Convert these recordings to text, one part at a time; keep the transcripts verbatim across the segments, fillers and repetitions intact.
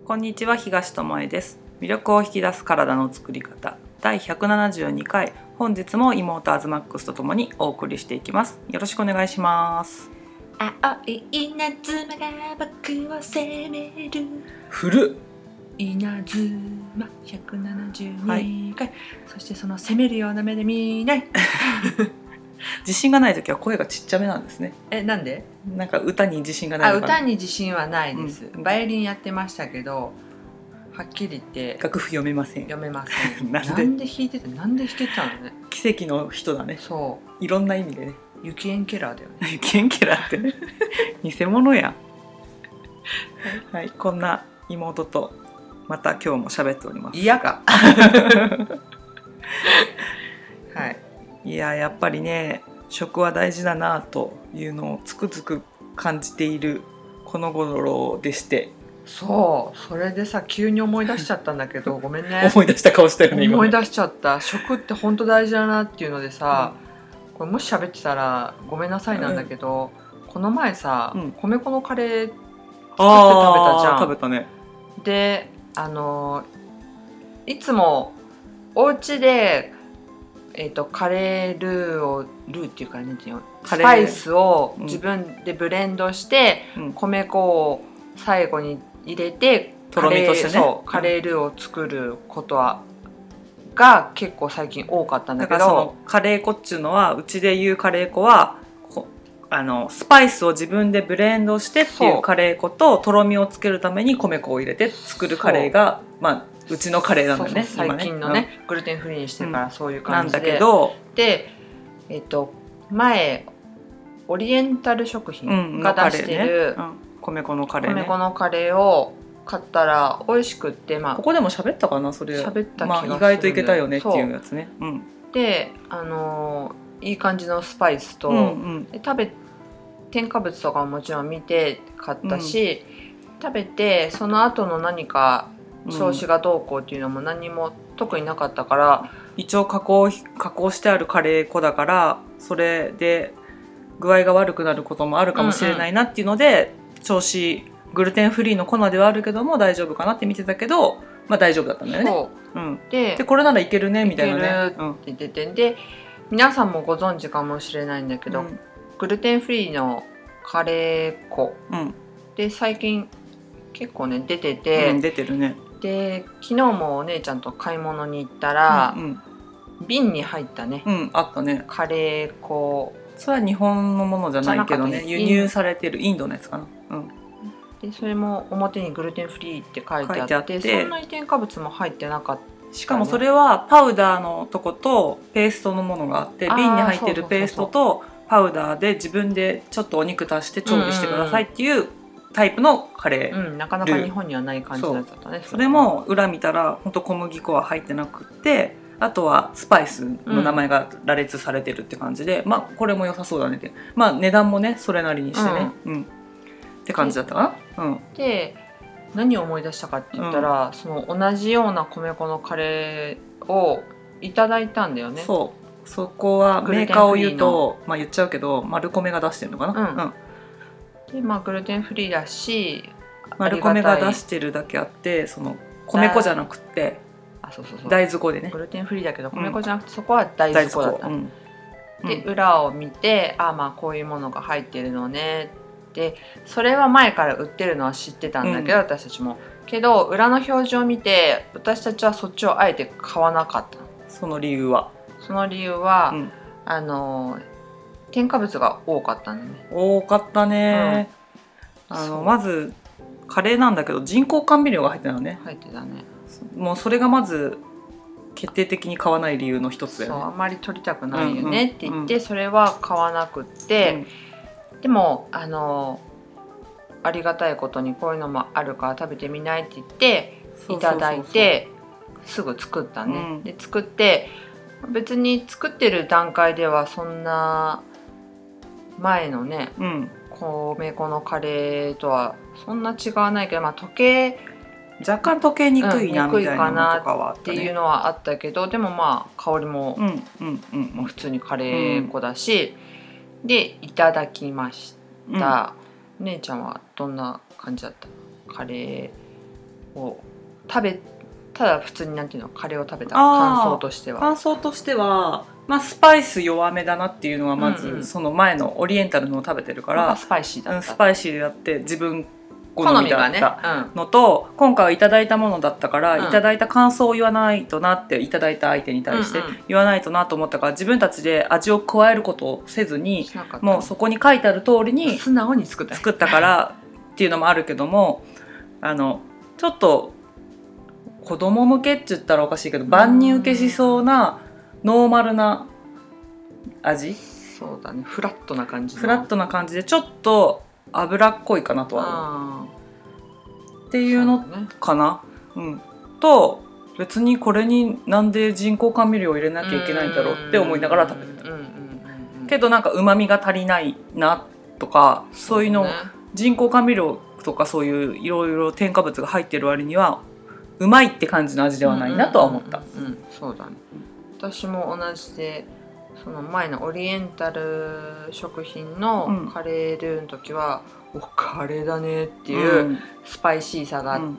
こんにちは、東智恵です。魅力を引き出す体の作り方だいひゃくななじゅうにかい、本日も妹アズマックスとともにお送りしていきます。よろしくお願いします。 青い稲妻が僕を責める。 古っ。 稲妻ひゃくななじゅうにかい、はい、そしてその責めるような目で見ない自信がないときは声がちっちゃめなんですね。 え、なんで？ なんか歌に自信がないのかな。 あ、歌に自信はないです、うん、バイオリンやってましたけど、はっきり言って楽譜読めません。 読めませんなんでなんで弾いてたなんで弾けたのね。 奇跡の人だね。 そういろんな意味でね。 ユキエンケラーだよね。 ユキエンケラーって偽物やんはい、こんな妹とまた今日も喋っております。 嫌かはい、 いややっぱりね、食は大事だなというのをつくづく感じているこの頃でして。 そう、それでさ急に思い出しちゃったんだけどごめんね思い出した顔したよね今。 思い出しちゃった。食って本当大事だなっていうのでさ、うん、これもし喋ってたらごめんなさいなんだけど、うん、この前さ、うん、米粉のカレー作って食べたじゃん。 食べたね。 で、あのいつもお家でえー、とカレールーをルーっていうかね、スパイスを自分でブレンドして、うん、米粉を最後に入れてとろみとしてね、 そうカレールーを作ることは、うん、が結構最近多かったんだけど、 だからそのカレー粉っていうのは、うちで言うカレー粉はあのスパイスを自分でブレンドしてっていうカレー粉と、とろみをつけるために米粉を入れて作るカレーがまあうちのカレーなんだよね。 そうそう、最近のね、うん、グルテンフリーにしてるからそういう感じで、 なんだけど、 で、えっと、前オリエンタル食品が出してる、 うんね、うん、米粉のカレーね、 米粉のカレーを買ったら美味しくって、まあ、 ここでも喋ったかな、それ喋った気がする、 まあ、意外といけたよねっていうやつね、うん、 で、あのー、いい感じのスパイスと、うんうん、で食べ添加物とかももちろん見て買ったし、うん、食べてその後の何か調子がどうこうっていうのも何も特になかったから、 うん、一応加工加工してあるカレー粉だからそれで具合が悪くなることもあるかもしれないなっていうので、うんうん、調子グルテンフリーの粉ではあるけども大丈夫かなって見てたけど、まあ大丈夫だったんだよね。そう、うん、で, でこれならいけるねみたいなね。 いけるって言ってて、うん、で皆さんもご存知かもしれないんだけど、うん、グルテンフリーのカレー粉、うん、で最近結構ね出てて、 うん、出てるね。 で昨日もお姉ちゃんと買い物に行ったら、うんうん、瓶に入ったね、 うん、あったね、 カレー粉。 それは日本のものじゃないけどね、輸入されてるインドのやつかな、うん、 でそれも表にグルテンフリーって書いてあって、あってそんなに添加物も入ってなかった、ね、 しかもそれはパウダーのとことペーストのものがあって、瓶に入ってるペーストとパウダーで自分でちょっとお肉足して調理してくださいっていうタイプのカレー、 うん、なかなか日本にはない感じのやつだったね。 そ, それも裏見たら本当小麦粉は入ってなくって、あとはスパイスの名前が羅列されてるって感じで、うん、まあこれも良さそうだねって、まあ値段もねそれなりにしてね、うんうん、って感じだったかな、うん、 で何を思い出したかって言ったら、うん、その同じような米粉のカレーをいただいたんだよね。 そうそこはメーカーを言うと、まあ、言っちゃうけどマルコメが出してるのかな、うんうんでまあ、グルテンフリーだしマルコメが出してるだけあって、その米粉じゃなくてあそうそうそう大豆粉でね、 グルテンフリーだけど米粉じゃなくて、うん、そこは大豆粉だった、うん、で、うん、裏を見てあまあこういうものが入ってるのねってそれは前から売ってるのは知ってたんだけど、うん、私たちもけど裏の表示を見て私たちはそっちをあえて買わなかった。 その理由はその理由は、うん、あの添加物が多かったんだね。 多かったね、うん、あのまずカレーなんだけど人工甘味料が入ってたのね。 入ってたね。 もうそれがまず決定的に買わない理由の一つだよね。 そうあんまり取りたくないよねって言って、うんうん、それは買わなくって、うん、でもあのありがたいことにこういうのもあるから食べてみないって言っていただいてすぐ作ったね、うん、で作って別に作ってる段階ではそんな前のね、うん、米粉のカレーとはそんな違わないけど、まあ、溶け若干溶けにくいなみたいなのとかはあったね、 っていうのはあったけど、でもまあ香りも、うんうんうん、普通にカレー粉だし、うん、でいただきました、うん、姉ちゃんはどんな感じだった？カレーを食べただ普通になんていうのカレーを食べた感想としては感想としては、まあ、スパイス弱めだなっていうのはまず、うんうん、その前のオリエンタルのを食べてるからスパイシーだった、うん、 スパイシーだって自分好みだったのと、ねうん、今回はいただいたものだったから、うん、いただいた感想を言わないとなっていただいた相手に対して言わないとなと思ったから、自分たちで味を加えることをせずにもうそこに書いてある通りに素直に作った作ったからっていうのもあるけどもあのちょっと子供向けって言ったらおかしいけど万人受けしそうなノーマルな味そうだねフラットな感じフラットな感じでちょっと脂っこいかなとは思うっていうのかなう、ねうん、と別にこれになんで人工甘味料を入れなきゃいけないんだろうって思いながら食べてたけどなんか旨味が足りないなとかそういうの、ね、人工甘味料とかそういういろいろ添加物が入ってる割にはうまいって感じの味ではないなとは思った、 うんうんうんうん、そうだね私も同じでその前のオリエンタル食品のカレールーの時は、うん、おカレーだねっていうスパイシーさがあって、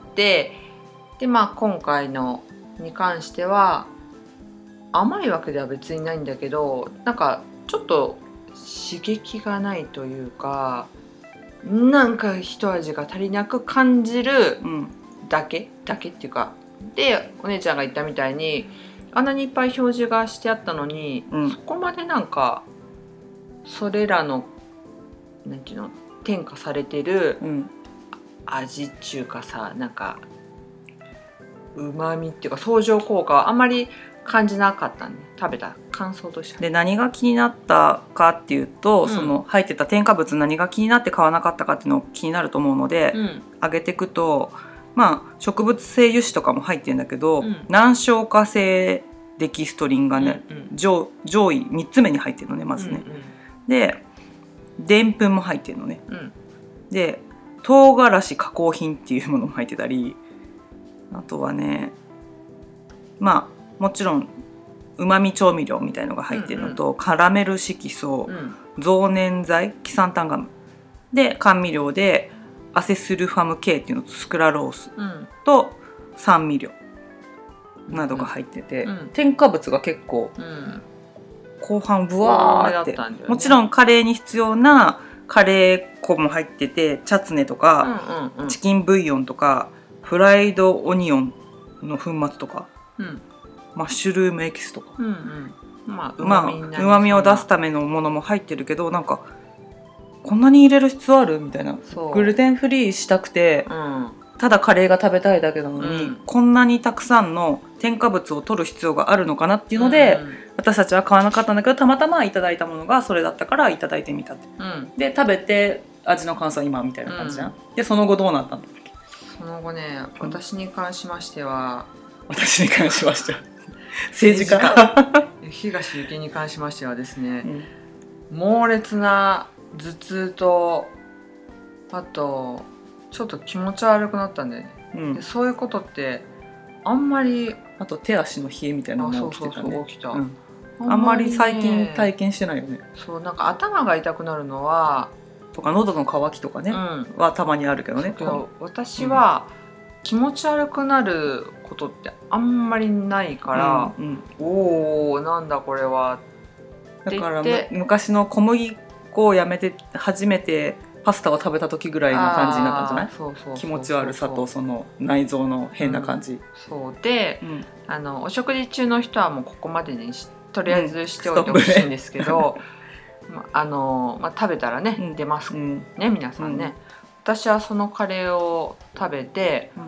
うん、でまあ今回のに関しては甘いわけでは別にないんだけどなんかちょっと刺激がないというかなんか一味が足りなく感じるだけ、うん、だけっていうかでお姉ちゃんが言ったみたいにあんなにいっぱい表示がしてあったのに、うん、そこまでなんかそれらのなんていうの添加されてる味っていうかさなんかうまみっていうか相乗効果はあんまり感じなかったね食べた感想として。 で何が気になったかっていうと、うん、その入ってた添加物何が気になって買わなかったかっていうの気になると思うので、うん、上げていくとまあ植物性油脂とかも入ってるんだけど、うん、難消化性デキストリンがね、うんうん、上, 上位みっつめに入ってるのねまずね、うんうん、ででんぷんも入ってるのね、うん、で唐辛子加工品っていうものも入ってたりあとはねまあもちろんうまみ調味料みたいのが入ってるのと、うんうん、カラメル色素、うん、増粘剤キサンタンガムで甘味料でアセスルファム系っていうのとスクラロースと酸味料などが入ってて、うん、添加物が結構、うん、後半ブワーって、ね、もちろんカレーに必要なカレー粉も入っててチャツネとか、うんうんうん、チキンブイヨンとかフライドオニオンの粉末とか、うん、マッシュルームエキスとか、うんうんまあ、うまみを出すためのものも入ってるけどなんかこんなに入れる必要あるみたいなグルテンフリーしたくて、うん、ただカレーが食べたいだけなのに、うん、こんなにたくさんの添加物を取る必要があるのかなっていうので、うん、私たちは買わなかったんだけどたまたまいただいたものがそれだったからいただいてみたって、うん、で食べて味の感想は今みたいな感じじゃん、うん、でその後どうなったんだっけその後ね私に関しましては、 うん、私に関しましては政治家東ゆきに関しましてはですね、うん、猛烈な頭痛とあとちょっと気持ち悪くなったんだよね、うん、でそういうことってあんまりあと手足の冷えみたいなのも起きてたね。 そうそうそう起きた、うん、 あんまり最近体験してないよね。 そうなんか頭が痛くなるのはとか喉の渇きとかね、うん、はたまにあるけどね。 けど私は気持ち悪くなることってあんまりないから、うんうん、おおなんだこれはだから昔の小麦粉をやめて初めてパスタを食べた時ぐらいの感じになったんじゃない？そうそうそうそう気持ち悪さとその内臓の変な感じ、うん、 そうで、うん、あのお食事中の人はもうここまでにとりあえずしておいてほしいんですけど、うんまあのまあ、食べたらね、うん、出ますね、うん、皆さんね、うん、私はそのカレーを食べて、うん、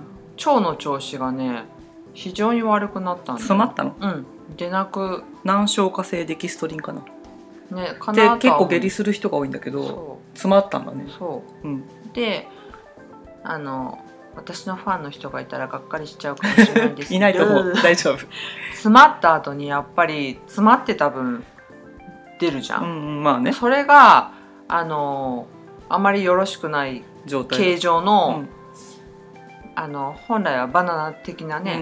腸の調子がね非常に悪くなったんだよ。 詰まったの？ うん出なく難消化性デキストリンかなね、かなで結構下痢する人が多いんだけど詰まったんだね。 そう、うん、であの私のファンの人がいたらがっかりしちゃうかもしれないんですけどいないと思う大丈夫詰まった後にやっぱり詰まってた分出るじゃん、 うんうん、まあねそれがあのあまりよろしくない形状の、うん、あの本来はバナナ的なね、うん、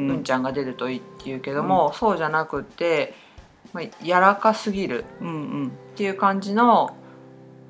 うんちゃんが出るといいっていうけども、うん、そうじゃなくてまあ、柔らかすぎるっていう感じの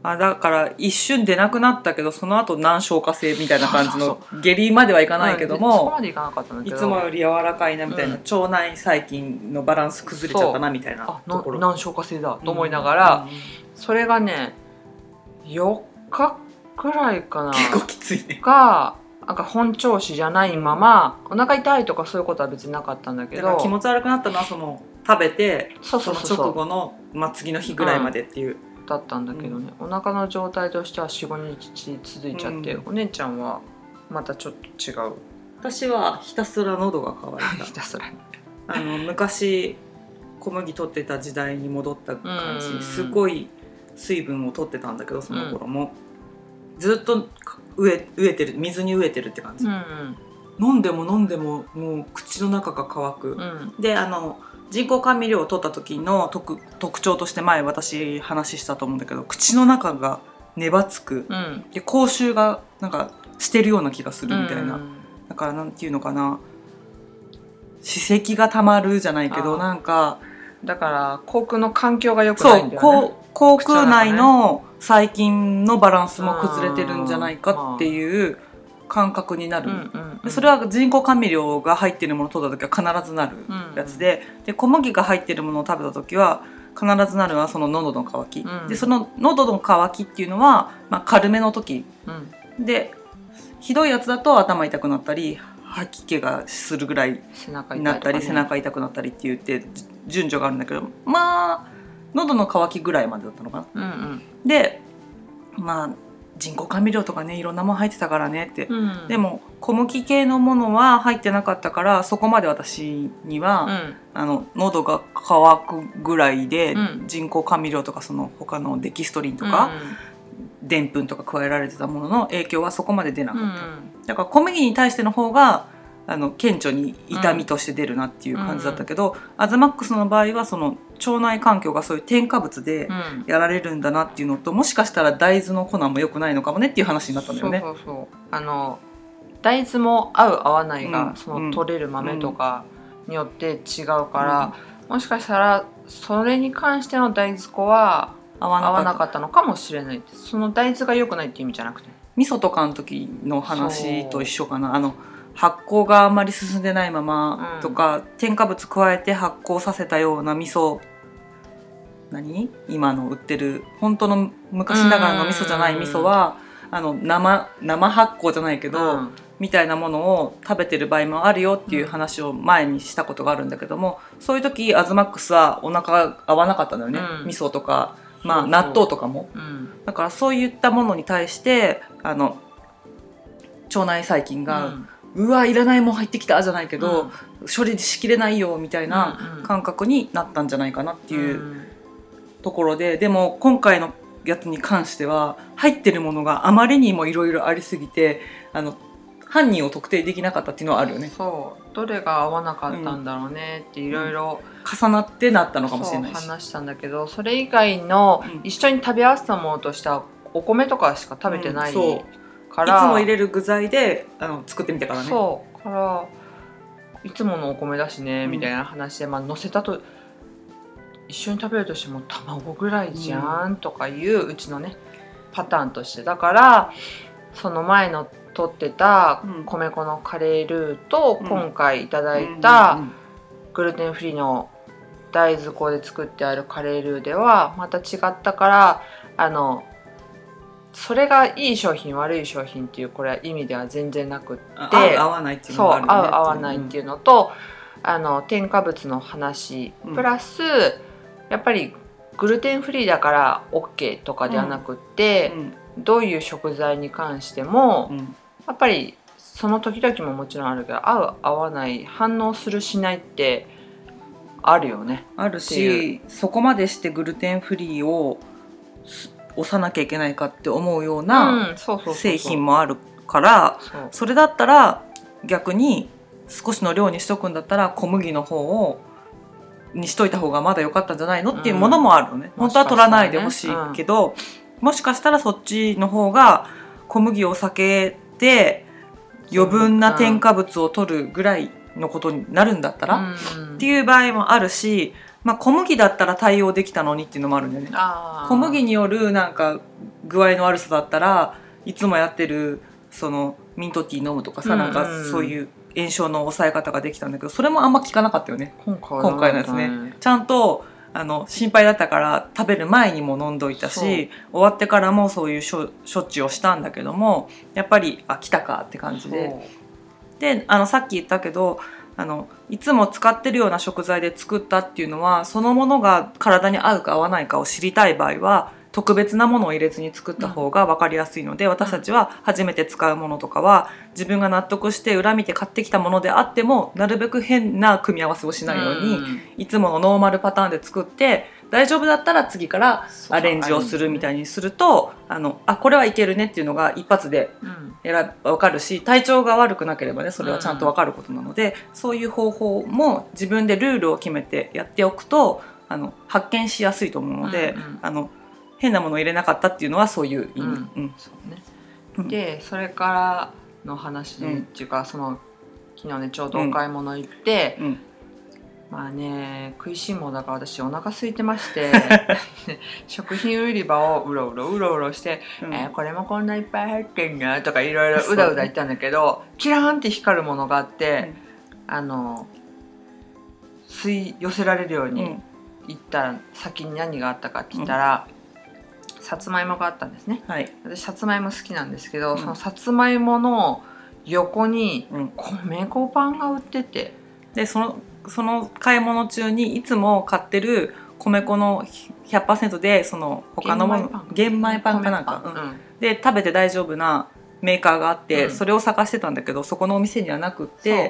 あだから一瞬出なくなったけどその後難消化性みたいな感じの下痢まではいかないけども、 そこまでいかなかったんだけどいつもより柔らかいなみたいな、うん、腸内細菌のバランス崩れちゃったなみたいなところ、 難消化性だと思いながら、うん、それがねよっかくらいかな結構きついねがなんか本調子じゃないまま、うん、お腹痛いとかそういうことは別になかったんだけど、 だから気持ち悪くなったのはその食べてその直後の、まあ、次の日ぐらいまでっていう、うんだったんだけどね、うん、お腹の状態としては よん,ご 日続いちゃって、うん、お姉ちゃんはまたちょっと違う。 私はひたすら喉が渇いたひたすらあの昔小麦取ってた時代に戻った感じ、うん、すごい水分を取ってたんだけどその頃も、うん、ずっと飢え、飢えてる水に飢えてるって感じ、うんうん、飲んでも飲んでももう口の中が渇く、うん、であの人工甘味料を取った時の 特, 特徴として前私話したと思うんだけど口の中がねばつく、うん、で口臭がなんかしてるような気がするみたいな、うん、だからなんていうのかな歯石がたまるじゃないけどなんかだから口腔の環境が良くないんだよね。 そう口腔内の細菌のバランスも崩れてるんじゃないかっていう感覚になる、うんうんうん、それは人工甘味料が入ってるものを取った時は必ずなるやつで、うんうん、で小麦が入ってるものを食べた時は必ずなるのはその喉の渇き、うん、でその喉の渇きっていうのは、まあ、軽めの時、うん、でひどいやつだと頭痛くなったり吐き気がするぐらいになったり背中痛くなったりって言って順序があるんだけどまあ喉の渇きぐらいまでだったのかな、うんうん、でまあ人工甘味料とかねいろんなもの入ってたからねって、うん、でも小麦系のものは入ってなかったからそこまで私には、うん、あの喉が渇くぐらいで、うん、人工甘味料とかその他のデキストリンとかでんぷんとか加えられてたものの影響はそこまで出なかった、うん、だから小麦に対しての方があの顕著に痛みとして出るなっていう感じだったけど、うん、アズマックスの場合はその腸内環境がそういう添加物でやられるんだなっていうのと、もしかしたら大豆の粉も良くないのかもねっていう話になったんだよね。 そうそうそう、あの大豆も合う合わないが、うん、その取れる豆とかによって違うから、うん、もしかしたらそれに関しての大豆粉は合わなかったのかもしれない。その大豆が良くないっていう意味じゃなくて味噌とかの時の話と一緒かな。あの発酵があんまり進んでないままとか、うん、添加物加えて発酵させたような味噌何今の売ってる本当の昔ながらの味噌じゃない味噌はあの 生, 生発酵じゃないけど、うん、みたいなものを食べてる場合もあるよっていう話を前にしたことがあるんだけども、そういう時アズマックスはお腹が合わなかったんだよね、うん、味噌とか、まあ、そうそう納豆とかも、うん、だからそういったものに対してあの腸内細菌が、うんうわいらないもん入ってきたじゃないけど、うん、処理しきれないよみたいな感覚になったんじゃないかなっていうところで、でも今回のやつに関しては入ってるものがあまりにもいろいろありすぎてあの犯人を特定できなかったっていうのはあるよね。 そうどれが合わなかったんだろうねっていろいろ重なってなったのかもしれないし、 そう話したんだけど、それ以外の一緒に食べ合わせたものとしてはお米とかしか食べてない、うん、そうからいつも入れる具材であの作ってみたからね。 そうからいつものお米だしね、うん、みたいな話で、まあ、乗せたと一緒に食べるとしても卵ぐらいじゃんとかいううちのねパターンとしてだから、その前の取ってた米粉のカレールーと、うん、今回いただいたグルテンフリーの大豆粉で作ってあるカレールーではまた違ったから、あのそれがいい商品悪い商品っていうこれは意味では全然なくって、 合う合わないっていうのがあるよね。 そう合う合わないっていうのと、うん、あの添加物の話プラス、うん、やっぱりグルテンフリーだから OK とかではなくって、うんうん、どういう食材に関しても、うん、やっぱりその時々ももちろんあるけど合う合わない反応するしないってあるよね。 あるし、そこまでしてグルテンフリーを押さなきゃいけないかって思うような製品もあるから、それだったら逆に少しの量にしとくんだったら小麦の方をにしといた方がまだ良かったんじゃないのっていうものもあるのね、うん、本当は取らないでほしいけど、もしかしたらね、うん、もしかしたらそっちの方が小麦を避けて余分な添加物を取るぐらいのことになるんだったら、うん、っていう場合もあるし、 まあ、小麦だったら対応できたのにっていうのもあるんだよね。 あ小麦によるなんか具合の悪さだったらいつもやってるそのミントティー飲むとかさ、 うんうん、 なんかそういう炎症の抑え方ができたんだけど、それもあんま効かなかったよね今回今回のやつね。ちゃんとあの心配だったから食べる前にも飲んどいたし、終わってからもそういう処置をしたんだけども、やっぱりあ来たかって感じで、であのさっき言ったけどあのいつも使ってるような食材で作ったっていうのは、そのものが体に合うか合わないかを知りたい場合は特別なものを入れずに作った方が分かりやすいので、うん、私たちは初めて使うものとかは自分が納得して裏見て買ってきたものであってもなるべく変な組み合わせをしないように、うん、いつものノーマルパターンで作って、大丈夫だったら次からアレンジをするみたいにすると、あのあこれはいけるねっていうのが一発で選ぶ分かるし、体調が悪くなければねそれはちゃんと分かることなので、うん、そういう方法も自分でルールを決めてやっておくとあの発見しやすいと思うので、うんうん、あの変なものを入れなかったっていうのはそういう意味、うんうんそうね、でそれからの話っていうか、うん、その昨日ねちょうどお買い物行って、うんうん、まあね食いしん坊だから私お腹空いてまして食品売り場をうろうろうろうろして、うんえー、これもこんないっぱい入ってんなとかいろいろうだうだ言ったんだけど、キラーンって光るものがあって、うん、あの吸い寄せられるように行ったら先に何があったかって言ったら、うんさつまいもがあったんですね、 はい、 私さつまいも好きなんですけど、うん、そのさつまいもの横に米粉パンが売ってて、 でその、その買い物中にいつも買ってる米粉の ひゃくパーセント でその他のもの玄米パンかなんか、うん、で食べて大丈夫なメーカーがあって、うん、それを探してたんだけどそこのお店にはなくって、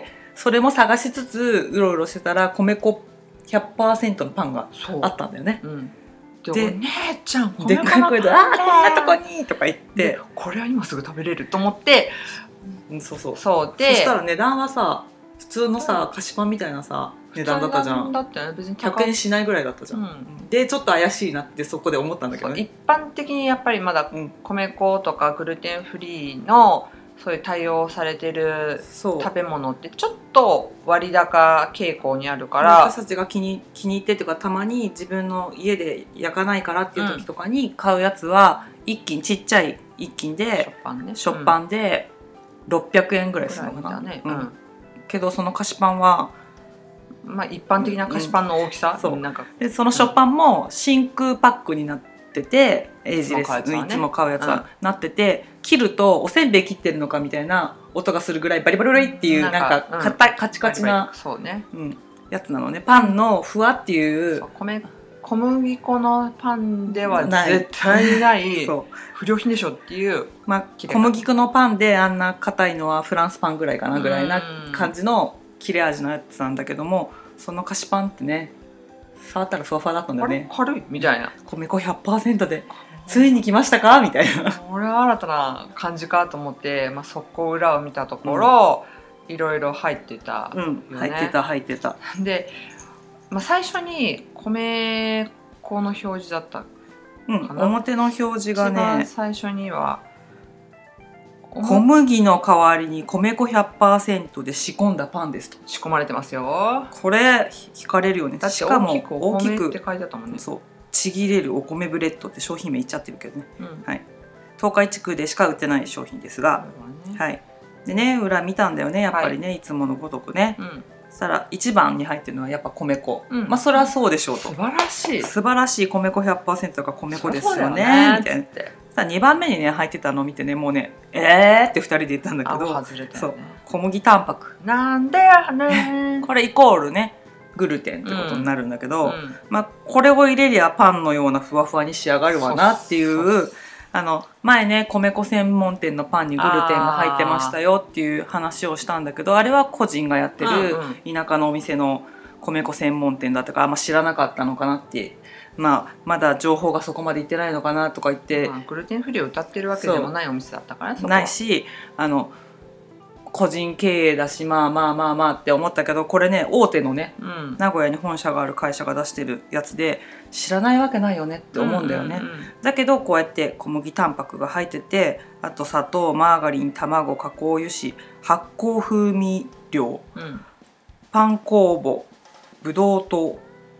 それも探しつつうろうろしてたら米粉 ひゃくパーセント のパンがあったんだよね。 でお姉ちゃんでっかい声で「ああこんなとこに!」とか言ってこれは今すぐ食べれると思って、 うん、そうそうそうでそしたら値段はさ普通のさ菓子パンみたいなさ値段だったじゃん。 だって別にひゃくえんしないぐらいだったじゃん、うん、でちょっと怪しいなってそこで思ったんだけどね。 一般的にやっぱりまだ米粉とかグルテンフリーのそういう対応されてる食べ物ってちょっと割高傾向にあるから、 私たちが気に、気に入ってっていうかたまに自分の家で焼かないからっていう時とかに買うやつは一斤ちっちゃい一斤で食パンね、 食パンでろっぴゃくえんぐらいするのかな、ねうん、けどその菓子パンはまあ一般的な菓子パンの大きさ、 うん、そうなんかでその食パンも真空パックになってててエイジレスいつも買うやつはなってて、切るとおせんべい切ってるのかみたいな音がするぐらいバリバリバリっていうなんかカチカチなやつなのね。パンのふわっていう米小麦粉のパンでは絶対にない不良品でしょっていう、 まあ、小麦粉のパンであんな硬いのはフランスパンぐらいかなぐらいな感じの切れ味のやつなんだけども、その菓子パンってね触ったらふわふわだったんだよね。 軽いみたいな米粉 ひゃくパーセント でついに来ましたかみたいなこれは新たな感じかと思って、まあ、速攻裏を見たところ、うん、いろいろ入ってたよね、 うん、入ってた入ってたで、まあ、最初に米粉の表示だったかな、 うん、表の表示がね一番最初には小麦の代わりに米粉 ひゃくパーセント で仕込んだパンですと仕込まれてますよ。 これ惹かれるよね。しかも大きくって書いてあったもんね。 そうちぎれるお米ブレッドって商品名言っちゃってるけどね、うんはい、東海地区でしか売ってない商品ですが、ねはい、でね裏見たんだよねやっぱりね、はい、いつものごとくね、うん、そしたらいちばんに入ってるのはやっぱ米粉、うん、まあそれはそうでしょうと素晴らしい素晴らしい米粉 ひゃくパーセント が米粉ですよ ね, ねみたいな。さにばんめにね入ってたのを見てねもうねえーってふたりで言ったんだけど、 ね、 そう小麦タンパクなんでやねこれイコールねグルテンってことになるんだけど、うんうん、まあ、これを入れりゃパンのようなふわふわに仕上がるわなっていうあの前ね米粉専門店のパンにグルテンが入ってましたよっていう話をしたんだけど、あれは個人がやってる田舎のお店の米粉専門店だったからあんま知らなかったのかなって、まあ、まだ情報がそこまでいってないのかなとか言って、 まあ、グルテンフリーを歌ってるわけでもないお店だったからね。 ないしあの個人経営だしまあまあまあまあって思ったけど、これね大手のね、うん、名古屋に本社がある会社が出してるやつで知らないわけないよねって思うんだよね、うんうんうん、だけどこうやって小麦タンパクが入ってて、あと砂糖マーガリン卵加工油脂発酵風味料、うん、パン酵母ブドウ糖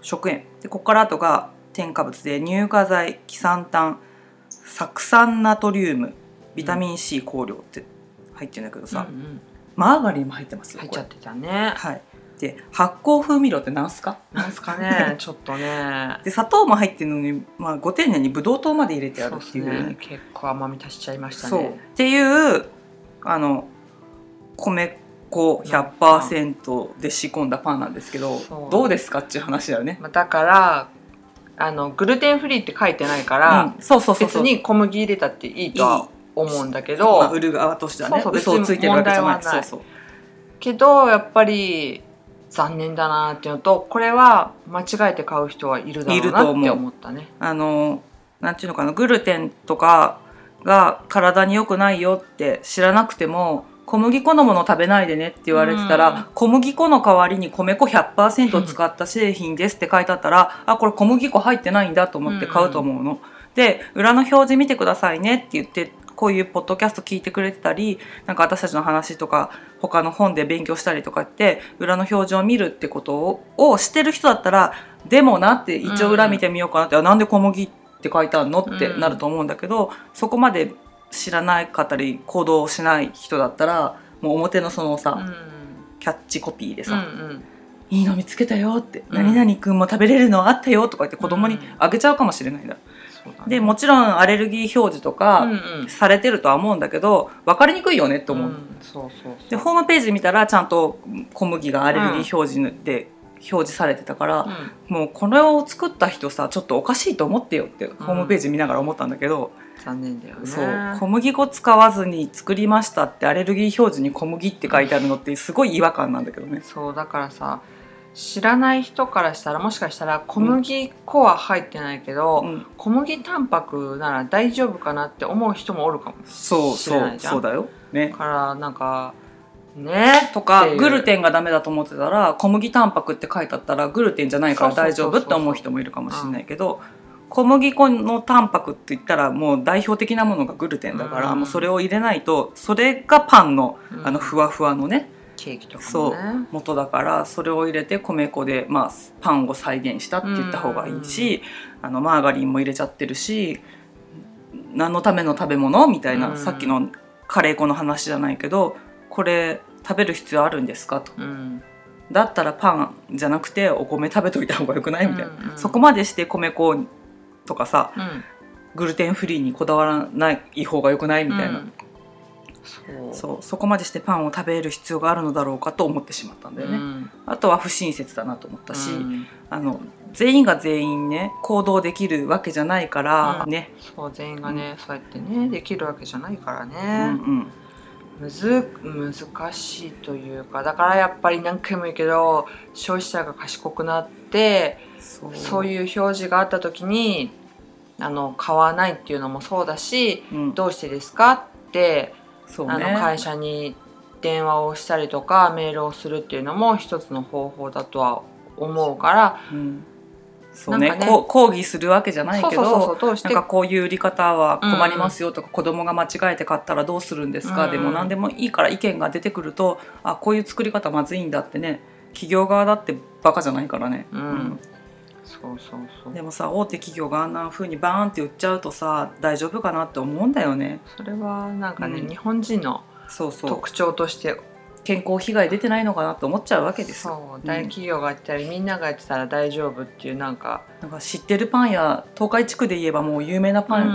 食塩で、ここから後が添加物で乳化剤、キサンタン、酢酸ナトリウム、ビタミン C 香料って入ってるんだけどさ、 うんうん、 マーガリンも入ってますよ。 入っちゃってたね。 はい。で発酵風味料ってなんすか？ なんすかねちょっとね。 で砂糖も入ってるのに、まあ、ご丁寧にブドウ糖まで入れてあるっていう、 そうですね、結構甘み足しちゃいましたね。 そうっていうあの米粉 ひゃくパーセント で仕込んだパンなんですけど、どうですかっていう話だよね。 だからあのグルテンフリーって書いてないから、うん、そうそうそうそう、別に小麦入れたっていいとは思うんだけど、 まあ、売る側としてはね、そうそう、嘘をついてるわけじゃない。そうそう、 けどやっぱり残念だなっていうのと、これは間違えて買う人はいるだろうなって思ったね。 あのなんていうのかな、グルテンとかが体に良くないよって知らなくても、小麦粉のもの食べないでねって言われてたら、うん、小麦粉の代わりに米粉 ひゃくパーセント 使った製品ですって書いてあったら、あ、これ小麦粉入ってないんだと思って買うと思うの、うん、で裏の表示見てくださいねって言って、こういうポッドキャスト聞いてくれてたり、なんか私たちの話とか他の本で勉強したりとかって裏の表示を見るってことを、をしてる人だったら、でもなって一応裏見てみようかなって、うん、なんで小麦って書いてあるのってなると思うんだけど、うん、そこまで知らなかったり行動しない人だったら、もう表のそのさ、うん、キャッチコピーでさ、うんうん、いいの見つけたよって、うん、何々くんも食べれるのあったよとか言って子供にあげちゃうかもしれないんだ、うん、でもちろんアレルギー表示とかされてるとは思うんだけど、分かりにくいよねって思う、うん、そうそうそう。でホームページ見たらちゃんと小麦がアレルギー表示で表示されてたから、うん、もうこれを作った人さ、ちょっとおかしいと思ってよってホームページ見ながら思ったんだけど、 うん、残念だよね。 そう、小麦粉使わずに作りましたってアレルギー表示に小麦って書いてあるのってすごい違和感なんだけどね。 そうだからさ、知らない人からしたらもしかしたら小麦粉は入ってないけど、うん、小麦タンパクなら大丈夫かなって思う人もおるかもしれないじゃん。 そうそうそうだよね。 だからなんかねとかグルテンがダメだと思ってたら、小麦タンパクって書いてあったらグルテンじゃないから大丈夫って思う人もいるかもしれないけど、小麦粉のタンパクって言ったらもう代表的なものがグルテンだから、うん、もうそれを入れないと、それがパンの、うん、あのふわふわのね、 ケーキとかもね、 そう元だから、それを入れて米粉で、まあ、パンを再現したって言った方がいいし、うん、あのマーガリンも入れちゃってるし、何のための食べ物みたいな、うん、さっきのカレー粉の話じゃないけど、これ食べる必要あるんですかと、うん、だったらパンじゃなくてお米食べといた方がよくないみたいな、うんうん、そこまでして米粉とかさ、うん、グルテンフリーにこだわらない方がよくないみたいな、うん、そうそう、そこまでしてパンを食べる必要があるのだろうかと思ってしまったんだよね、うん、あとは不親切だなと思ったし、うん、あの全員が全員ね行動できるわけじゃないからね、 うん、そう全員がね、うん、そうやってねできるわけじゃないからね、うんうんむず難しいというか、だからやっぱり何回も言うけど、消費者が賢くなってそう、そういう表示があった時にあの買わないっていうのもそうだし、うん、どうしてですかってそう、ね、あの会社に電話をしたりとかメールをするっていうのも一つの方法だとは思うから、うんそうね、ね抗議するわけじゃないけど、なんかこういう売り方は困りますよとか、うん、子供が間違えて買ったらどうするんですか、うん、でも何でもいいから意見が出てくると、あこういう作り方まずいんだってね、企業側だってバカじゃないからね、うんうん、 そうそうそう。 でもさ、大手企業があんな風にバーンって売っちゃうとさ、大丈夫かなって思うんだよね。 それはなんかね、うん、日本人の特徴として健康被害出てないのかなって思っちゃうわけですよ。 そう、大企業がやってたり、うん、みんながやってたら大丈夫っていうなんかなんか知ってるパン屋、東海地区で言えばもう有名なパン、うん、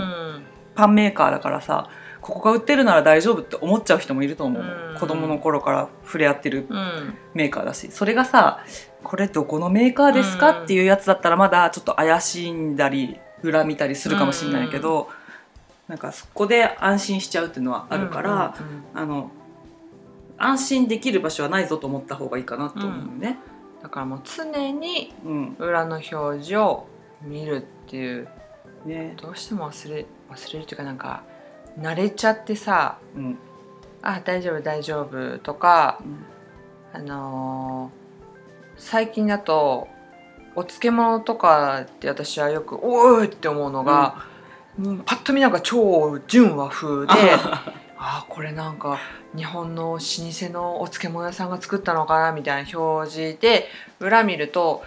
パンメーカーだからさ、ここが売ってるなら大丈夫って思っちゃう人もいると思う、うん、子供の頃から触れ合ってるメーカーだし、それがさ、これどこのメーカーですかっていうやつだったらまだちょっと怪しんだり裏見たりするかもしれないけど、うん、なんかそこで安心しちゃうっていうのはあるから、うんうんうん、あの安心できる場所はないぞと思った方がいいかなと思うね、 うん、だからもう常に裏の表示を見るっていう、うんね、どうしても忘れ忘れるというか、なんか慣れちゃってさ、うん、あ大丈夫大丈夫とか、うん、あのー、最近だとお漬物とかって私はよくおーって思うのが、うん、パッと見なんか超純和風であこれなんか日本の老舗のお漬物屋さんが作ったのかなみたいな表示で、裏見ると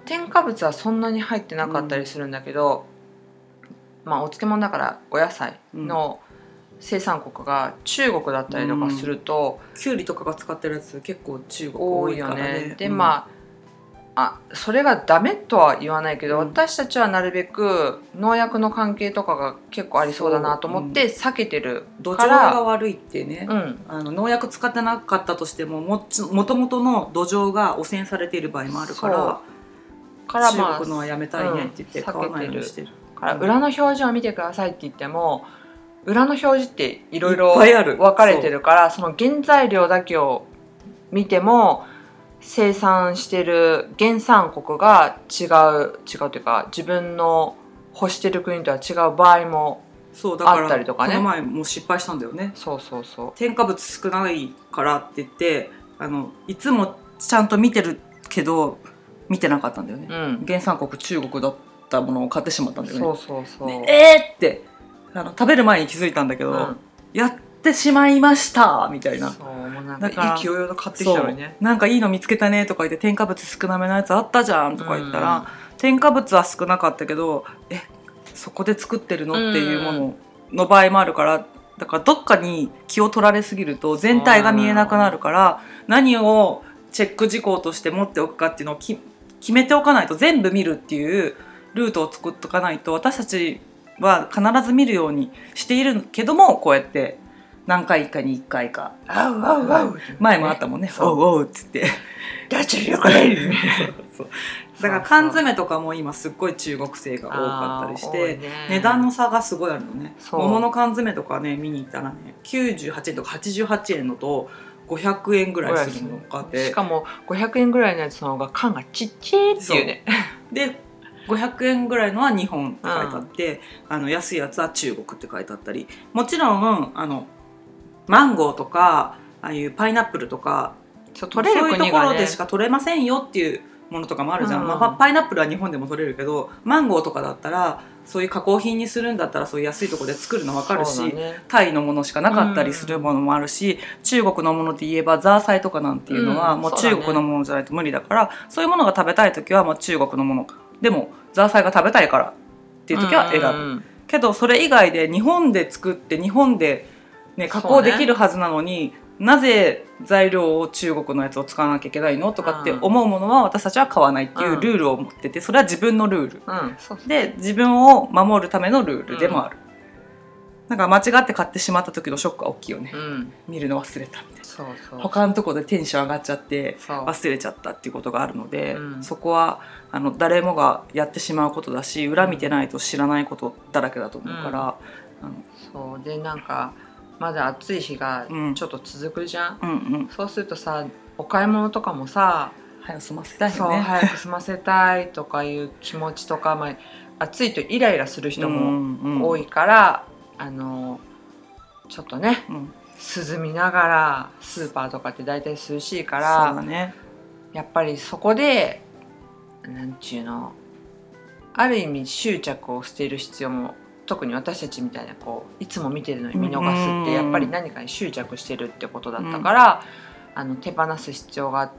添加物はそんなに入ってなかったりするんだけど、うん、まあお漬物だからお野菜の生産国が中国だったりとかすると、 うん、きゅうりとかが使ってるやつ結構中国多いからね。 多いよね。で、うん、まああそれがダメとは言わないけど、うん、私たちはなるべく農薬の関係とかが結構ありそうだなと思って避けてるから、 土壌が悪いってね、うん、あの農薬使ってなかったとしても も, もともとの土壌が汚染されている場合もあるからから、まあ、中国のはやめたいねって言って買わないようにしてる、 うん、から裏の表示を見てくださいって言っても裏の表示っていろいろ分かれてるから、 そ, その原材料だけを見ても生産してる原産国が違う違うというか自分の欲してる国とは違う場合もあったりとかね。 そうだからこの前もう失敗したんだよね。 そうそうそう、 添加物少ないからって言ってあのいつもちゃんと見てるけど見てなかったんだよね、うん、原産国中国だったものを買ってしまったんだよね。 そうそうそう、 ね、えーってあの食べる前に気づいたんだけど、うん、やってしまいましたみたいな。 そうもうなんかいい気揚々と買ってきたのにね。 なんかいいの見つけたねとか言って添加物少なめのやつあったじゃんとか言ったら、うん、添加物は少なかったけどえそこで作ってるのっていうものの場合もあるから、だからどっかに気を取られすぎると全体が見えなくなるから、何をチェック事項として持っておくかっていうのをき決めておかないと、全部見るっていうルートを作っておかないと、私たちは必ず見るようにしているけども、こうやって何回かにいっかいかあうあうあう前もあったもんね、おうおうっつってダチュリョコレルだから缶詰とかも今すっごい中国製が多かったりして、ね、値段の差がすごいあるのね。桃の缶詰とかね見に行ったらねきゅうじゅうはちえんとかはちじゅうはちえんのとごひゃくえんぐらいするのがあって、 しかもごひゃくえんぐらいのやつの方が缶がちっちゃいっていうね。 でごひゃくえんぐらいのは日本って書いてあって、うん、あの安いやつは中国って書いてあったり、もちろんあのマンゴーとかああいうパイナップルとかそう、取れる国がね、 そういうところでしか取れませんよっていうものとかもあるじゃん、うんまあ、パイナップルは日本でも取れるけどマンゴーとかだったらそういう加工品にするんだったらそういう安いところで作るの分かるし、ね、タイのものしかなかったりするものもあるし、うん、中国のもので言えばザーサイとかなんていうのはもう中国のものじゃないと無理だから、うん そうだね、そういうものが食べたい時はもう中国のものでもザーサイが食べたいからっていう時は選ぶ、うんうんうん、けどそれ以外で日本で作って日本で、ね、加工できるはずなのに、なぜ材料を中国のやつを使わなきゃいけないのとかって思うものは私たちは買わないっていうルールを持ってて、それは自分のルール、うん、そうそうで自分を守るためのルールでもある、うん、なんか間違って買ってしまった時のショックは大きいよね、うん、見るの忘れたみたいな。そうそう、他のとこでテンション上がっちゃって忘れちゃったっていうことがあるので、うん、そこはあの誰もがやってしまうことだし、裏見てないと知らないことだらけだと思うから、 うん、そうでなんかまだ暑い日がちょっと続くじゃん、うんうんうん、そうするとさお買い物とかもさ早く済ませたいよね。 そう早く済ませたいとかいう気持ちとか、まあ、暑いとイライラする人も多いから、うんうん、あのちょっとね、うん、涼みながらスーパーとかって大体涼しいから、そうだね、やっぱりそこでなんちゅうのある意味執着を捨てる必要も、特に私たちみたいなこういつも見てるのに見逃すってやっぱり何かに執着してるってことだったから、うん、あの手放す必要があって、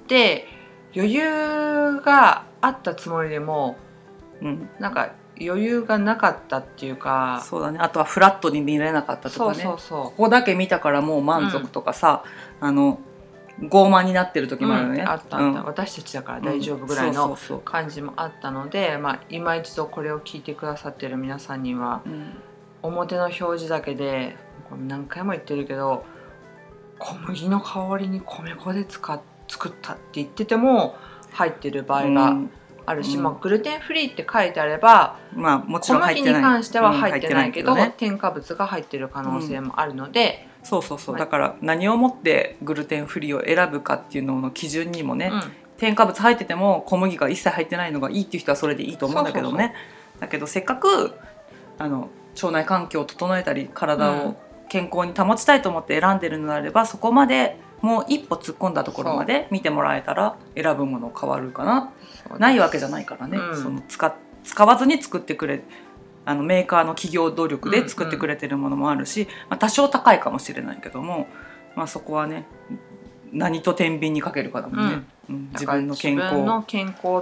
余裕があったつもりでも、うん、なんか余裕がなかったっていうか、 そうだね、あとはフラットに見れなかったとかね、そうそうそう、ここだけ見たからもう満足とかさ、うん、あの傲慢になってる時もあるよね、 うん、あったあった、うん、私たちだから大丈夫ぐらいの感じもあったので、まあ、今一度これを聞いてくださってる皆さんには、うん、表の表示だけでこれ何回も言ってるけど小麦の代わりに米粉で使っ作ったって言ってても入ってる場合があるし、うんまあ、グルテンフリーって書いてあれば、まあ、もちろん入ってない、小麦に関しては入ってないけど、うん入ってないけどね、添加物が入ってる可能性もあるので、 うんそうそうそう、だから何をもってグルテンフリーを選ぶかっていうのの基準にもね、うん、添加物入ってても小麦が一切入ってないのがいいっていう人はそれでいいと思うんだけどね。そうそうそう、だけどせっかくあの腸内環境を整えたり体を健康に保ちたいと思って選んでるのであれば、うん、そこまでもう一歩突っ込んだところまで見てもらえたら選ぶもの変わるかな。ないわけじゃないからね、うん、その 使, 使わずに作ってくれあのメーカーの企業努力で作ってくれてるものもあるし、うんうんまあ、多少高いかもしれないけども、まあ、そこはね何と天秤にかけるかだもんね、うんうん、自分の健康自分の健康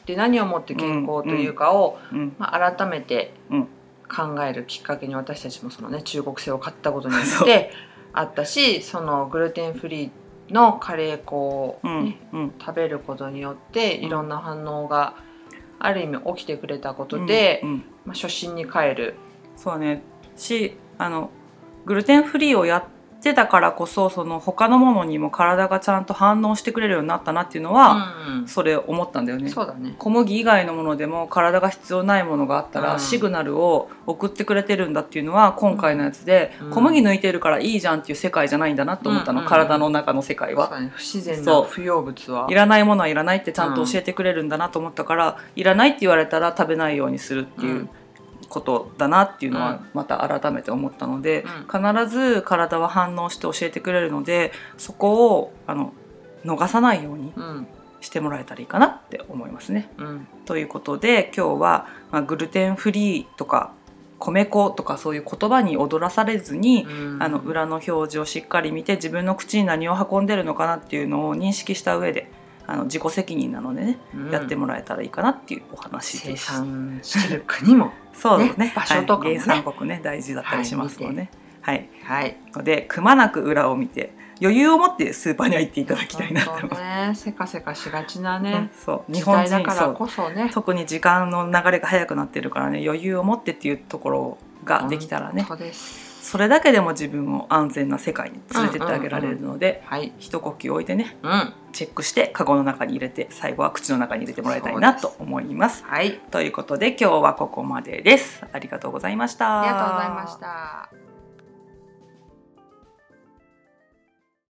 って何をもって健康というかを、 うんうんまあ、改めて考えるきっかけに私たちもその、ね、中国製を買ったことによってあったし、そのグルテンフリーのカレー粉を、ねうんうん、 食べることによっていろんな反応がある意味起きてくれたことで、 うんうん、 まあ、初心に帰る。 そうねしあのグルテンフリーをやってたからこそ、その他のものにも体がちゃんと反応してくれるようになったなっていうのは、 うん、 それ思ったんだよね。 そうだね。 小麦以外のものでも体が必要ないものがあったら、 うん、 シグナルを送ってくれてるんだっていうのは今回のやつで、 うん、 小麦抜いてるからいいじゃんっていう世界じゃないんだなと思ったの、 うん、 体の中の世界は。 そうだね、不自然な不要物はいらないものはいらないってちゃんと教えてくれるんだなと思ったから、うん、いらないって言われたら食べないようにするっていう、うんことだなっていうのはまた改めて思ったので、うん、必ず体は反応して教えてくれるので、そこをあの逃さないようにしてもらえたらいいかなって思いますね、うん、ということで今日は、まあ、グルテンフリーとか米粉とかそういう言葉に踊らされずに、うん、あの裏の表示をしっかり見て自分の口に何を運んでるのかなっていうのを認識した上で、あの自己責任なのでね、うん、やってもらえたらいいかなっていうお話です。 生産してる国もそうですね、 ね、場所とかもね、 はい、原産国ね大事だったりしますので、はい、 はい、 のでくまなく裏を見て余裕を持ってスーパーに入っていただきたいなと思います。 ね、せかせかしがちなね、 うん、そう日本人だからこそね、 特に時間の流れが早くなってるからね、余裕を持ってっていうところができたらね、 本当です。 それだけでも自分を安全な世界に連れてってあげられるので、 うんうんうん、はい、 一呼吸置いてね、 うん、 チェックしてカゴの中に入れて最後は口の中に入れてもらいたいなと思います。 はい、 ということで今日はここまでです。ありがとうございました。 ありがとうございました。